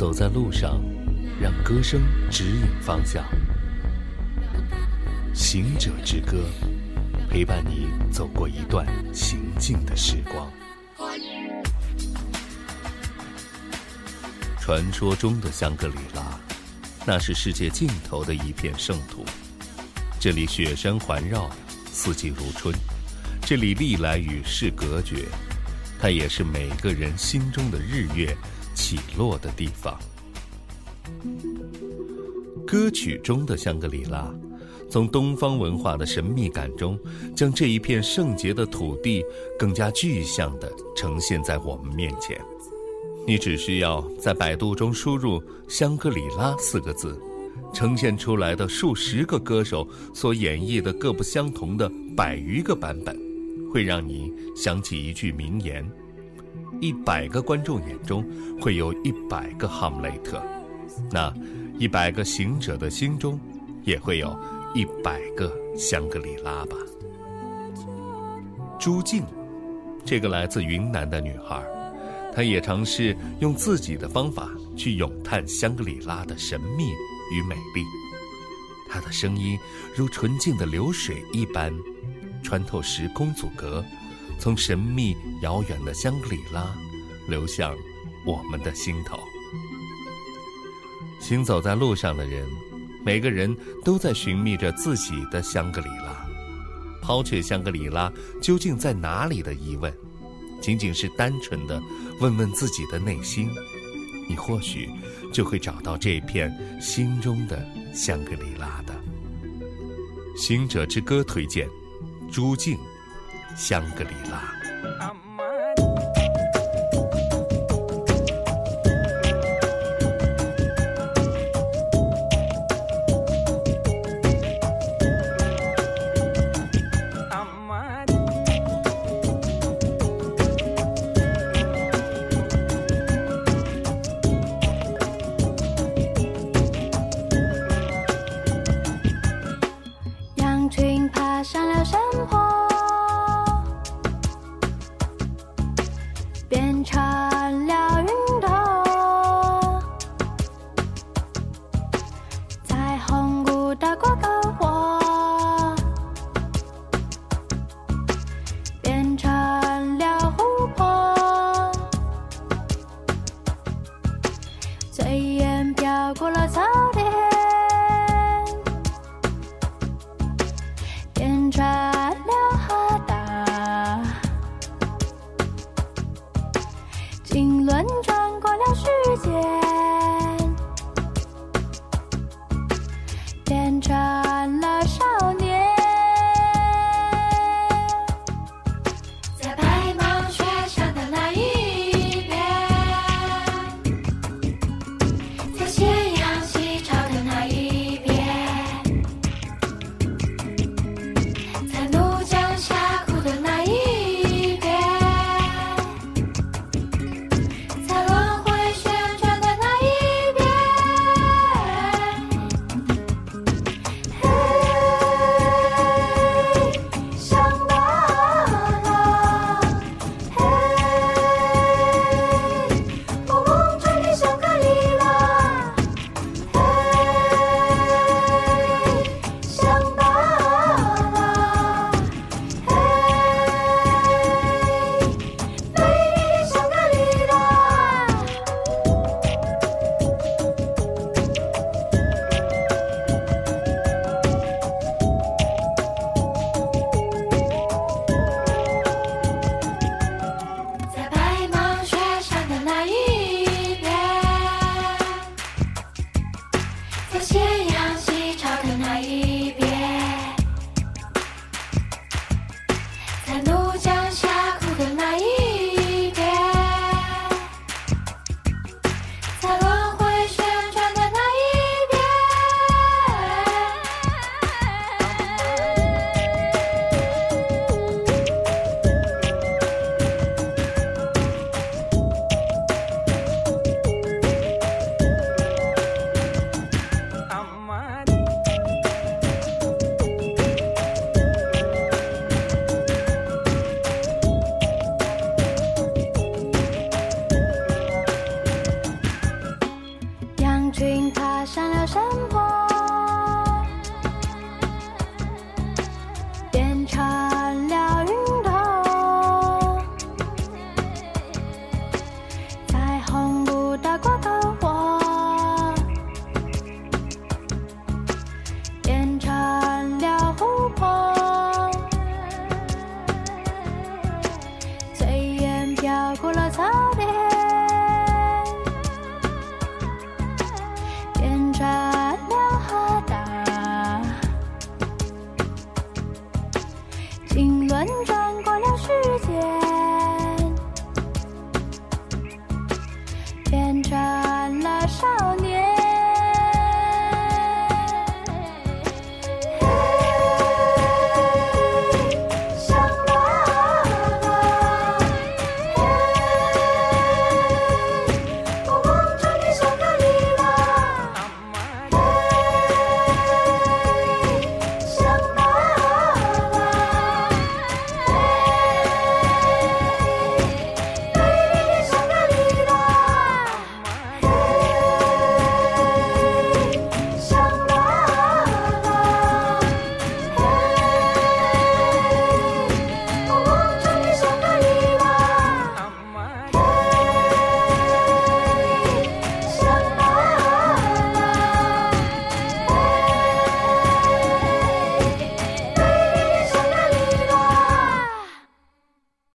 走在路上，让歌声指引方向。行者之歌，陪伴你走过一段行进的时光。传说中的香格里拉，那是世界尽头的一片圣土。这里雪山环绕，四季如春，这里历来与世隔绝，它也是每个人心中的日月起落的地方。歌曲中的香格里拉，从东方文化的神秘感中，将这一片圣洁的土地更加具象地呈现在我们面前。你只需要在百度中输入香格里拉4个字，呈现出来的数十个歌手所演绎的各不相同的100余个版本，会让你想起一句名言：100个观众眼中会有100个哈姆雷特，那100个行者的心中也会有100个香格里拉吧。朱静，这个来自云南的女孩，她也尝试用自己的方法去咏叹香格里拉的神秘与美丽。她的声音如纯净的流水一般，穿透时空阻隔，从神秘遥远的香格里拉流向我们的心头。行走在路上的人，每个人都在寻觅着自己的香格里拉。抛却香格里拉究竟在哪里的疑问，仅仅是单纯的问问自己的内心，你或许就会找到这片心中的香格里拉的。行者之歌推荐朱静，香格里拉。 群爬上了山坡，变成了云朵，彩虹谷的过篝火，变成了湖泊，炊烟飘过了草甸，变成了哈达，经轮转过了时间，变成了少年，在白茫雪山的那一边，在斜阳西照的那一边，下苦的那一边，在落上了山